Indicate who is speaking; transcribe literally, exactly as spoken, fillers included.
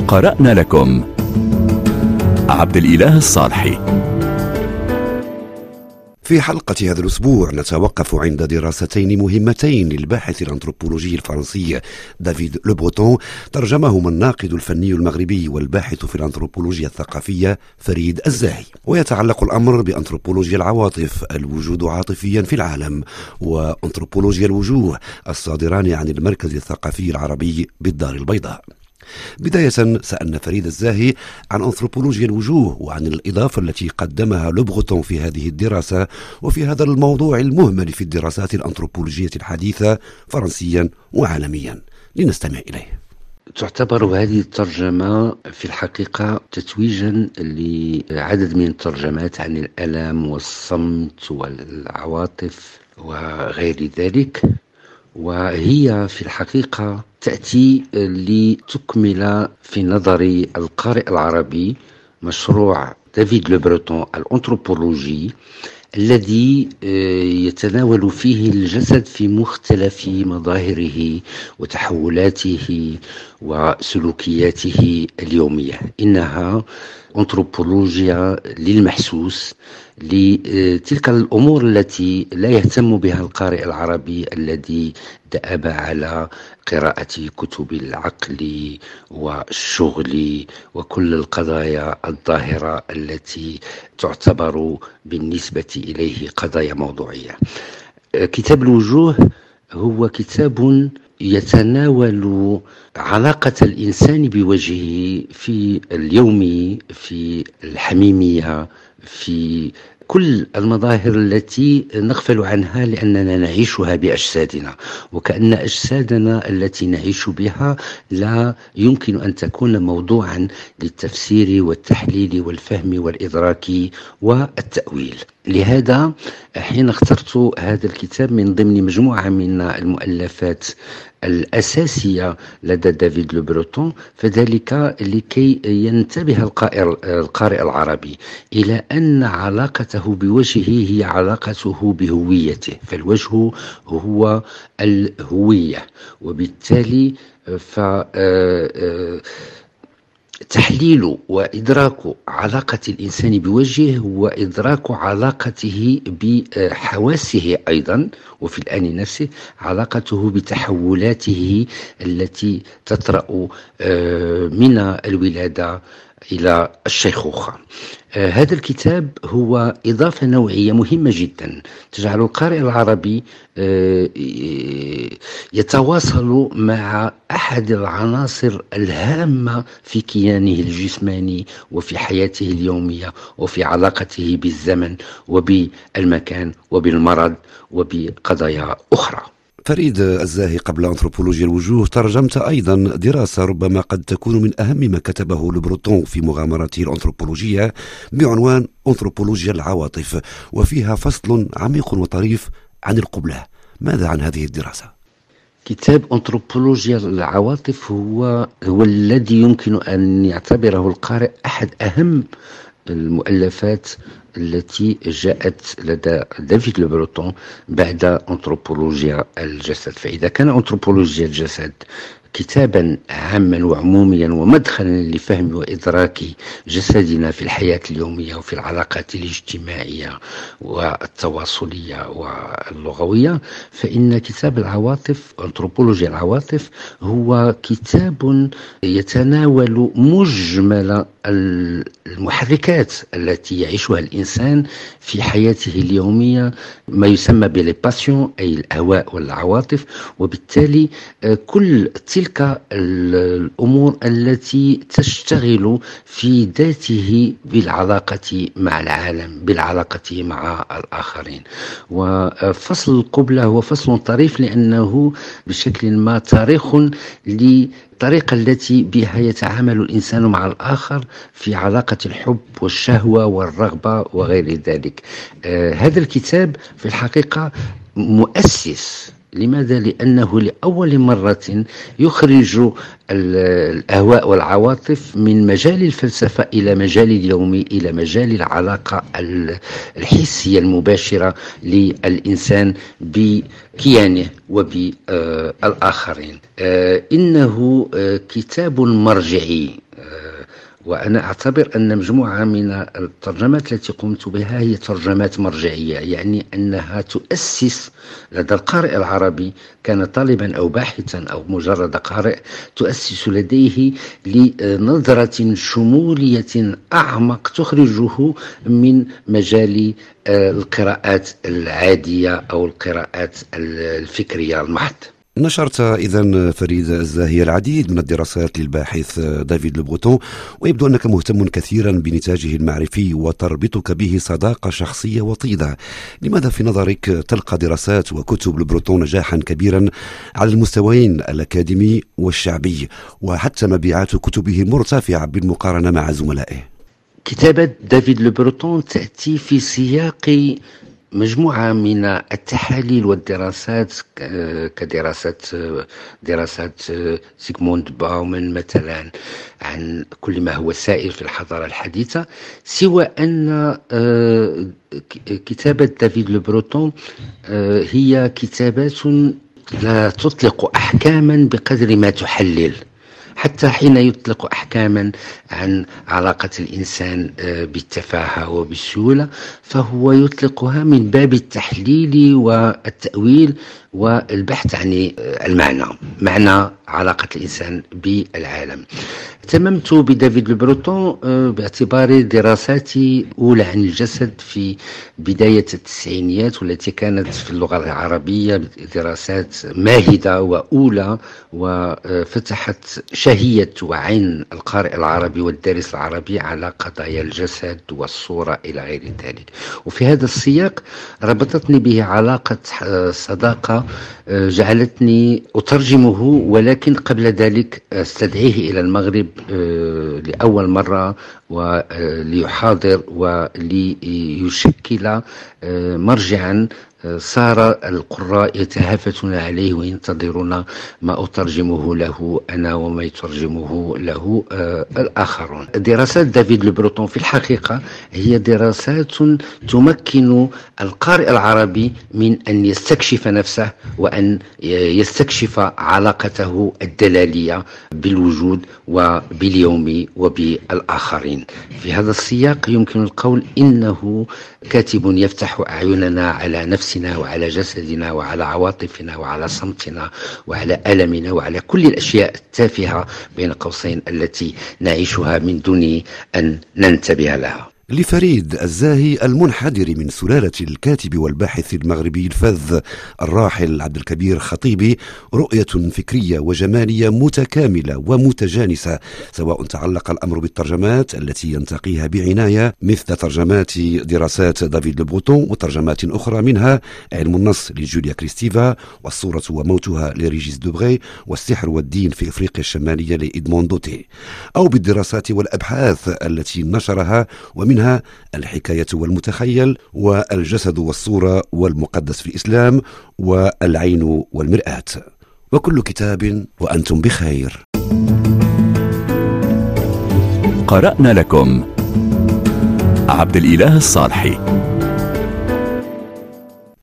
Speaker 1: قرأنا لكم عبد الإله الصالحي.
Speaker 2: في حلقة هذا الأسبوع نتوقف عند دراستين مهمتين للباحث الأنثروبولوجي الفرنسي دافيد لو بروتون، ترجمهما الناقد الفني المغربي والباحث في الأنثروبولوجيا الثقافية فريد الزاهي. ويتعلق الأمر بأنثروبولوجيا العواطف، الوجود عاطفيا في العالم، وأنثروبولوجيا الوجوه الصادران عن المركز الثقافي العربي بالدار البيضاء. بداية سألنا فريد الزاهي عن أنثروبولوجيا الوجوه وعن الإضافة التي قدمها لو بروتون في هذه الدراسة وفي هذا الموضوع المهمل في الدراسات الأنثروبولوجية الحديثة فرنسيا وعالميا. لنستمع إليه.
Speaker 3: تعتبر هذه الترجمة في الحقيقة تتويجا لعدد من الترجمات عن الألم والصمت والعواطف وغير ذلك، وهي في الحقيقة تأتي لتكمل في نظر القارئ العربي مشروع دافيد لو بروتون الأنثروبولوجي الذي يتناول فيه الجسد في مختلف مظاهره وتحولاته وسلوكياته اليومية. إنها أنثروبولوجيا للمحسوس، لتلك الأمور التي لا يهتم بها القارئ العربي الذي دأب على قراءة كتب العقل والشغل وكل القضايا الظاهرة التي تعتبر بالنسبة إليه قضايا موضوعية. كتاب الوجوه هو كتاب يتناول علاقة الإنسان بوجهه في اليوم، في الحميمية، في كل المظاهر التي نغفل عنها لأننا نعيشها بأجسادنا، وكأن أجسادنا التي نعيش بها لا يمكن أن تكون موضوعا للتفسير والتحليل والفهم والإدراك والتأويل. لهذا حين اخترت هذا الكتاب من ضمن مجموعة من المؤلفات الأساسية لدى دافيد لو بروتون، فذلك لكي ينتبه القارئ العربي إلى أن علاقته بوجهه هي علاقته بهويته، فالوجه هو الهوية، وبالتالي ف تحليل وإدراك علاقة الإنسان بوجهه هو إدراك علاقته بحواسه أيضا، وفي الآن نفسه علاقته بتحولاته التي تطرأ من الولادة إلى الشيخوخة. آه هذا الكتاب هو إضافة نوعية مهمة جدا تجعل القارئ العربي آه يتواصل مع أحد العناصر الهامة في كيانه الجسماني وفي حياته اليومية وفي علاقته بالزمن وبالمكان وبالمرض وبقضايا أخرى.
Speaker 2: فريد الزاهي، قبل أنثروبولوجيا الوجوه ترجمت أيضا دراسة ربما قد تكون من أهم ما كتبه لو بروتون في مغامرته الأنثروبولوجية بعنوان أنثروبولوجيا العواطف، وفيها فصل عميق وطريف عن القبلة. ماذا عن هذه الدراسة؟
Speaker 3: كتاب أنثروبولوجيا العواطف هو هو الذي يمكن أن يعتبره القارئ أحد أهم المؤلفات التي جاءت لدى دافيد لو بروتون بعد أنثروبولوجيا الجسد. فإذا كان أنثروبولوجيا الجسد كتابا عاما وعموميا ومدخلا لفهم وإدراك جسدنا في الحياة اليومية وفي العلاقات الاجتماعية والتواصلية واللغوية، فإن كتاب العواطف أنثروبولوجيا العواطف هو كتاب يتناول مجمل المحركات التي يعيشها الإنسان في حياته اليومية، ما يسمى بالباسيون أي الأهواء والعواطف، وبالتالي كل تلك الأمور التي تشتغل في ذاته بالعلاقة مع العالم، بالعلاقة مع الآخرين. وفصل القبلة هو فصل طريف لأنه بشكل ما تاريخ للطريقة التي بها يتعامل الإنسان مع الآخر في علاقة الحب والشهوة والرغبة وغير ذلك. آه هذا الكتاب في الحقيقة مؤسس. لماذا؟ لأنه لأول مرة يخرج الأهواء والعواطف من مجال الفلسفة إلى مجال اليوم، إلى مجال العلاقة الحسية المباشرة للإنسان بكيانه وبالآخرين. إنه كتاب مرجعي وأنا أعتبر أن مجموعة من الترجمات التي قمت بها هي ترجمات مرجعية، يعني أنها تؤسس لدى القارئ العربي كان طالبا أو باحثا أو مجرد قارئ، تؤسس لديه لنظرة شمولية أعمق تخرجه من مجال القراءات العادية أو القراءات الفكرية المحض.
Speaker 2: نشرت إذن فريد الزاهي العديد من الدراسات للباحث دافيد لو بروتون، ويبدو أنك مهتم كثيرا بنتاجه المعرفي وتربطك به صداقة شخصية وطيدة. لماذا في نظرك تلقى دراسات وكتب لو بروتون نجاحا كبيرا على المستويين الأكاديمي والشعبي، وحتى مبيعات كتبه مرتفعة بالمقارنة مع زملائه؟
Speaker 3: كتابة دافيد لو بروتون تأتي في سياق مجموعة من التحاليل والدراسات كدراسات دراسات سيغموند باومن مثلا عن كل ما هو سائر في الحضارة الحديثة، سوى أن كتابة دافيد لو بروتون هي كتابات لا تطلق أحكاما بقدر ما تحلل. حتى حين يطلق أحكاما عن علاقة الإنسان بالتفاهة وبالسهولة فهو يطلقها من باب التحليل والتأويل والبحث عن المعنى، معنى علاقة الإنسان بالعالم. اهتممت بدافيد لو بروتون باعتبار دراساتي أولى عن الجسد في بداية التسعينيات، والتي كانت في اللغة العربية دراسات ماهدة وأولى، وفتحت شهية وعين القارئ العربي والدارس العربي على قضايا الجسد والصورة إلى غير ذلك. وفي هذا السياق ربطتني به علاقة صداقة جعلتني أترجمه، ولكن قبل ذلك استدعيه إلى المغرب لأول مرة وليحاضر وليشكل مرجعا صار القراء يتهافتون عليه وينتظرون ما أترجمه له أنا وما يترجمه له الآخرون. دراسات دافيد لو بروتون في الحقيقة هي دراسات تمكن القارئ العربي من أن يستكشف نفسه وأن يستكشف علاقته الدلالية بالوجود وباليوم وبالآخرين. في هذا السياق يمكن القول إنه كاتب يفتح أعيننا على نفسنا وعلى جسدنا وعلى عواطفنا وعلى صمتنا وعلى ألمنا وعلى كل الأشياء التافهة بين قوسين التي نعيشها من دون أن ننتبه لها.
Speaker 2: لفريد الزاهي المنحدر من سلالة الكاتب والباحث المغربي الفذ الراحل عبد الكبير خطيبي رؤية فكرية وجمالية متكاملة ومتجانسة، سواء تعلق الأمر بالترجمات التي ينتقيها بعناية مثل ترجمات دراسات دافيد لو بروتون وترجمات أخرى منها علم النص لجوليا كريستيفا والصورة وموتها لريجيس دوبغي والسحر والدين في إفريقيا الشمالية لإدموند دوتي، أو بالدراسات والأبحاث التي نشرها ومن منها الحكاية والمتخيل والجسد والصورة والمقدس في الإسلام والعين والمرآة. وكل كتاب وأنتم بخير.
Speaker 1: قرأنا لكم عبد الإله الصالحي.